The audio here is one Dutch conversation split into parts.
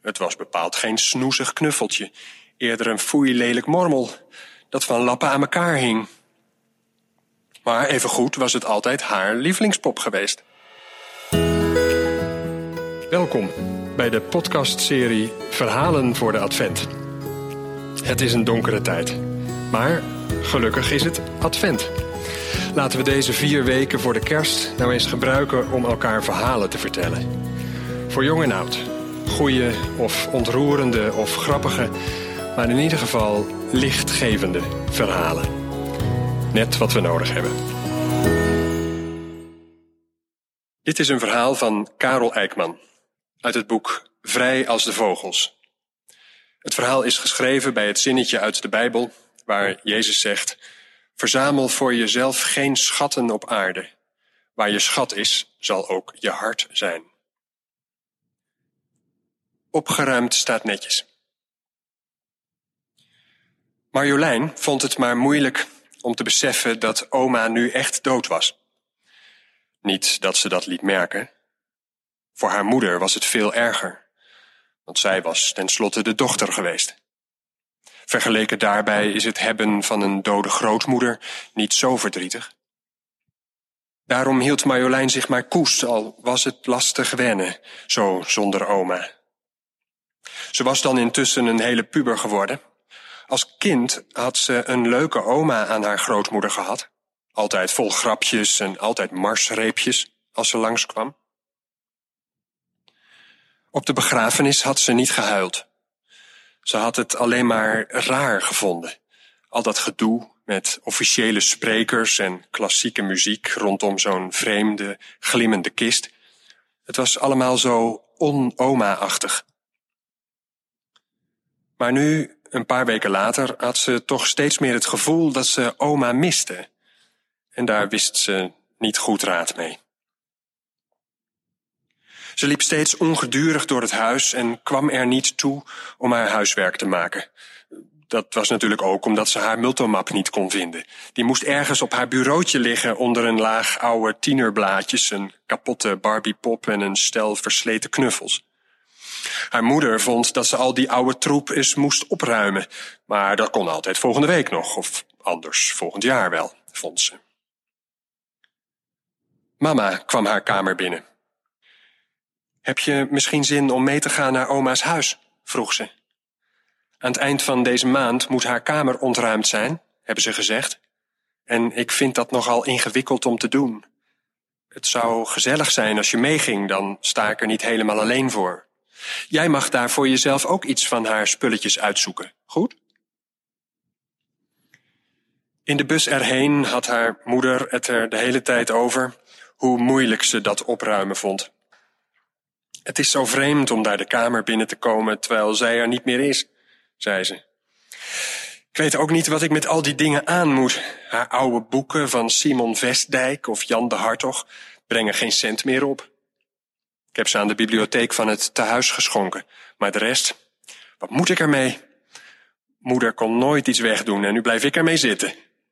Het was bepaald geen snoezig knuffeltje, eerder een foei-lelijk mormel dat van lappen aan elkaar hing. Maar evengoed was het altijd haar lievelingspop geweest. Welkom bij de podcastserie Verhalen voor de Advent. Het is een donkere tijd, maar gelukkig is het Advent. Laten we deze 4 weken voor de kerst nou eens gebruiken om elkaar verhalen te vertellen. Voor jong en oud. Goeie of ontroerende of grappige, maar in ieder geval lichtgevende verhalen. Net wat we nodig hebben. Dit is een verhaal van Karel Eijkman uit het boek Vrij als de vogels. Het verhaal is geschreven bij het zinnetje uit de Bijbel waar Jezus zegt: verzamel voor jezelf geen schatten op aarde. Waar je schat is, zal ook je hart zijn. Opgeruimd staat netjes. Marjolein vond het maar moeilijk om te beseffen dat oma nu echt dood was. Niet dat ze dat liet merken. Voor haar moeder was het veel erger, want zij was tenslotte de dochter geweest. Vergeleken daarbij is het hebben van een dode grootmoeder niet zo verdrietig. Daarom hield Marjolein zich maar koest, al was het lastig wennen, zo zonder oma. Ze was dan intussen een hele puber geworden. Als kind had ze een leuke oma aan haar grootmoeder gehad. Altijd vol grapjes en altijd marsreepjes als ze langskwam. Op de begrafenis had ze niet gehuild. Ze had het alleen maar raar gevonden. Al dat gedoe met officiële sprekers en klassieke muziek rondom zo'n vreemde, glimmende kist. Het was allemaal zo on-oma-achtig. Maar nu, een paar weken later, had ze toch steeds meer het gevoel dat ze oma miste. En daar wist ze niet goed raad mee. Ze liep steeds ongedurig door het huis en kwam er niet toe om haar huiswerk te maken. Dat was natuurlijk ook omdat ze haar multomap niet kon vinden. Die moest ergens op haar bureautje liggen onder een laag oude tienerblaadjes, een kapotte Barbiepop en een stel versleten knuffels. Haar moeder vond dat ze al die oude troep eens moest opruimen, maar dat kon altijd volgende week nog, of anders volgend jaar wel, vond ze. Mama kwam haar kamer binnen. Heb je misschien zin om mee te gaan naar oma's huis? Vroeg ze. Aan het eind van deze maand moet haar kamer ontruimd zijn, hebben ze gezegd. En ik vind dat nogal ingewikkeld om te doen. Het zou gezellig zijn als je meeging, dan sta ik er niet helemaal alleen voor. Jij mag daar voor jezelf ook iets van haar spulletjes uitzoeken, goed? In de bus erheen had haar moeder het er de hele tijd over hoe moeilijk ze dat opruimen vond. Het is zo vreemd om daar de kamer binnen te komen terwijl zij er niet meer is, zei ze. Ik weet ook niet wat ik met al die dingen aan moet. Haar oude boeken van Simon Vestdijk of Jan de Hartog brengen geen cent meer op. Ik heb ze aan de bibliotheek van het tehuis geschonken. Maar de rest, wat moet ik ermee? Moeder kon nooit iets wegdoen en nu blijf ik ermee zitten.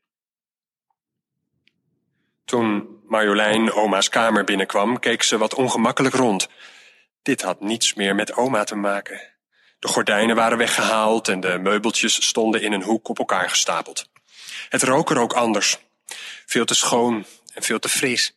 Toen Marjolein oma's kamer binnenkwam, keek ze wat ongemakkelijk rond. Dit had niets meer met oma te maken. De gordijnen waren weggehaald en de meubeltjes stonden in een hoek op elkaar gestapeld. Het rook er ook anders. Veel te schoon en veel te fris.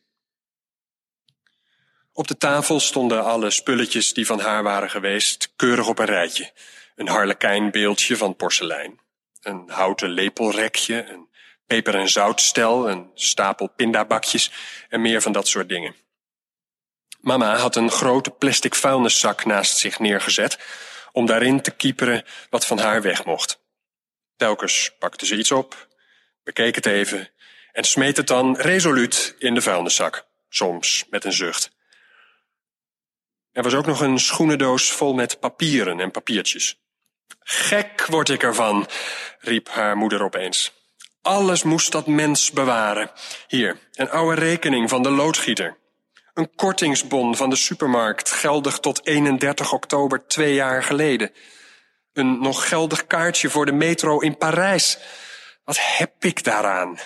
Op de tafel stonden alle spulletjes die van haar waren geweest keurig op een rijtje. Een harlekijnbeeldje van porselein, een houten lepelrekje, een peper- en zoutstel, een stapel pindabakjes en meer van dat soort dingen. Mama had een grote plastic vuilniszak naast zich neergezet om daarin te kieperen wat van haar weg mocht. Telkens pakte ze iets op, bekeek het even en smeet het dan resoluut in de vuilniszak, soms met een zucht. Er was ook nog een schoenendoos vol met papieren en papiertjes. Gek word ik ervan, riep haar moeder opeens. Alles moest dat mens bewaren. Hier, een oude rekening van de loodgieter. Een kortingsbon van de supermarkt, geldig tot 31 oktober 2 jaar geleden. Een nog geldig kaartje voor de metro in Parijs. Wat heb ik daaraan?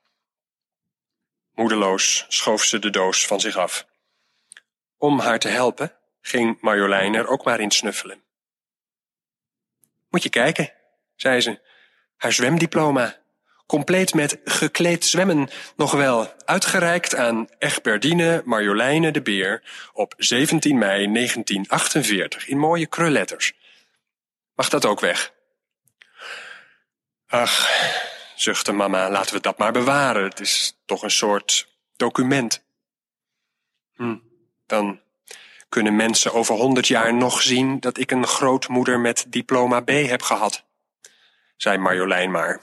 Moedeloos schoof ze de doos van zich af. Om haar te helpen ging Marjolein er ook maar in snuffelen. Moet je kijken, zei ze. Haar zwemdiploma. Compleet met gekleed zwemmen nog wel. Uitgereikt aan Egberdine Marjoleine de Beer op 17 mei 1948 in mooie krulletters. Mag dat ook weg? Ach, zuchtte mama, laten we dat maar bewaren. Het is toch een soort document. Dan kunnen mensen over 100 jaar nog zien dat ik een grootmoeder met diploma B heb gehad, zei Marjolein maar.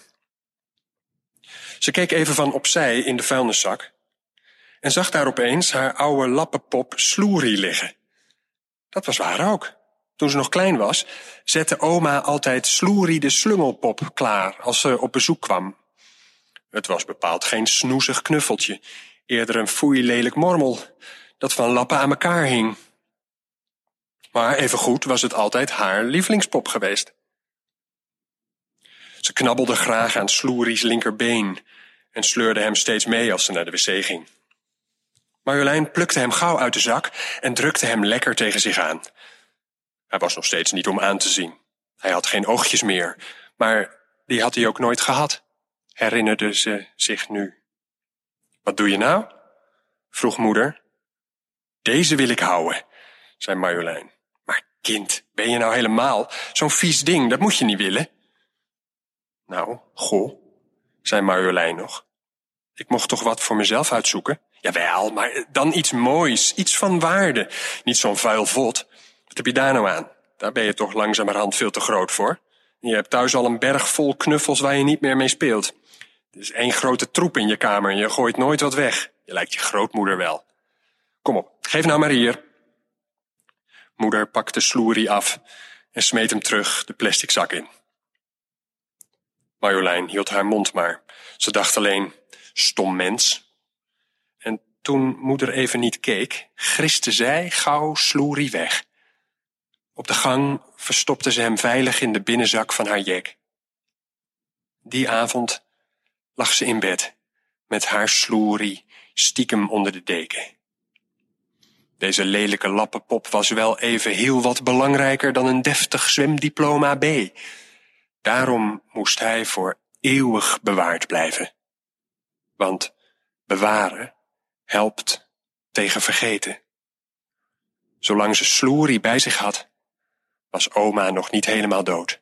Ze keek even van opzij in de vuilniszak en zag daar opeens haar oude lappenpop Sloerie liggen. Dat was waar ook. Toen ze nog klein was, zette oma altijd Sloerie de slungelpop klaar als ze op bezoek kwam. Het was bepaald geen snoezig knuffeltje, eerder een foeilelijk mormel dat van lappen aan elkaar hing. Maar evengoed was het altijd haar lievelingspop geweest. Ze knabbelde graag aan Sloerie's linkerbeen en sleurde hem steeds mee als ze naar de wc ging. Marjolein plukte hem gauw uit de zak en drukte hem lekker tegen zich aan. Hij was nog steeds niet om aan te zien. Hij had geen oogjes meer, maar die had hij ook nooit gehad, herinnerde ze zich nu. Wat doe je nou? Vroeg moeder. Deze wil ik houden, zei Marjolein. Maar kind, ben je nou helemaal? Zo'n vies ding, dat moet je niet willen. Nou, goh, zei Marjolein nog. Ik mocht toch wat voor mezelf uitzoeken? Jawel, maar dan iets moois, iets van waarde. Niet zo'n vuil vod. Wat heb je daar nou aan? Daar ben je toch langzamerhand veel te groot voor. Je hebt thuis al een berg vol knuffels waar je niet meer mee speelt. Het is één grote troep in je kamer en je gooit nooit wat weg. Je lijkt je grootmoeder wel. Kom op, geef nou maar hier. Moeder pakte Sloerie af en smeet hem terug de plastic zak in. Marjolein hield haar mond maar. Ze dacht alleen, stom mens. En toen moeder even niet keek, griste zij gauw Sloerie weg. Op de gang verstopte ze hem veilig in de binnenzak van haar jek. Die avond lag ze in bed, met haar Sloerie stiekem onder de deken. Deze lelijke lappenpop was wel even heel wat belangrijker dan een deftig zwemdiploma B. Daarom moest hij voor eeuwig bewaard blijven. Want bewaren helpt tegen vergeten. Zolang ze Sloerie bij zich had, was oma nog niet helemaal dood.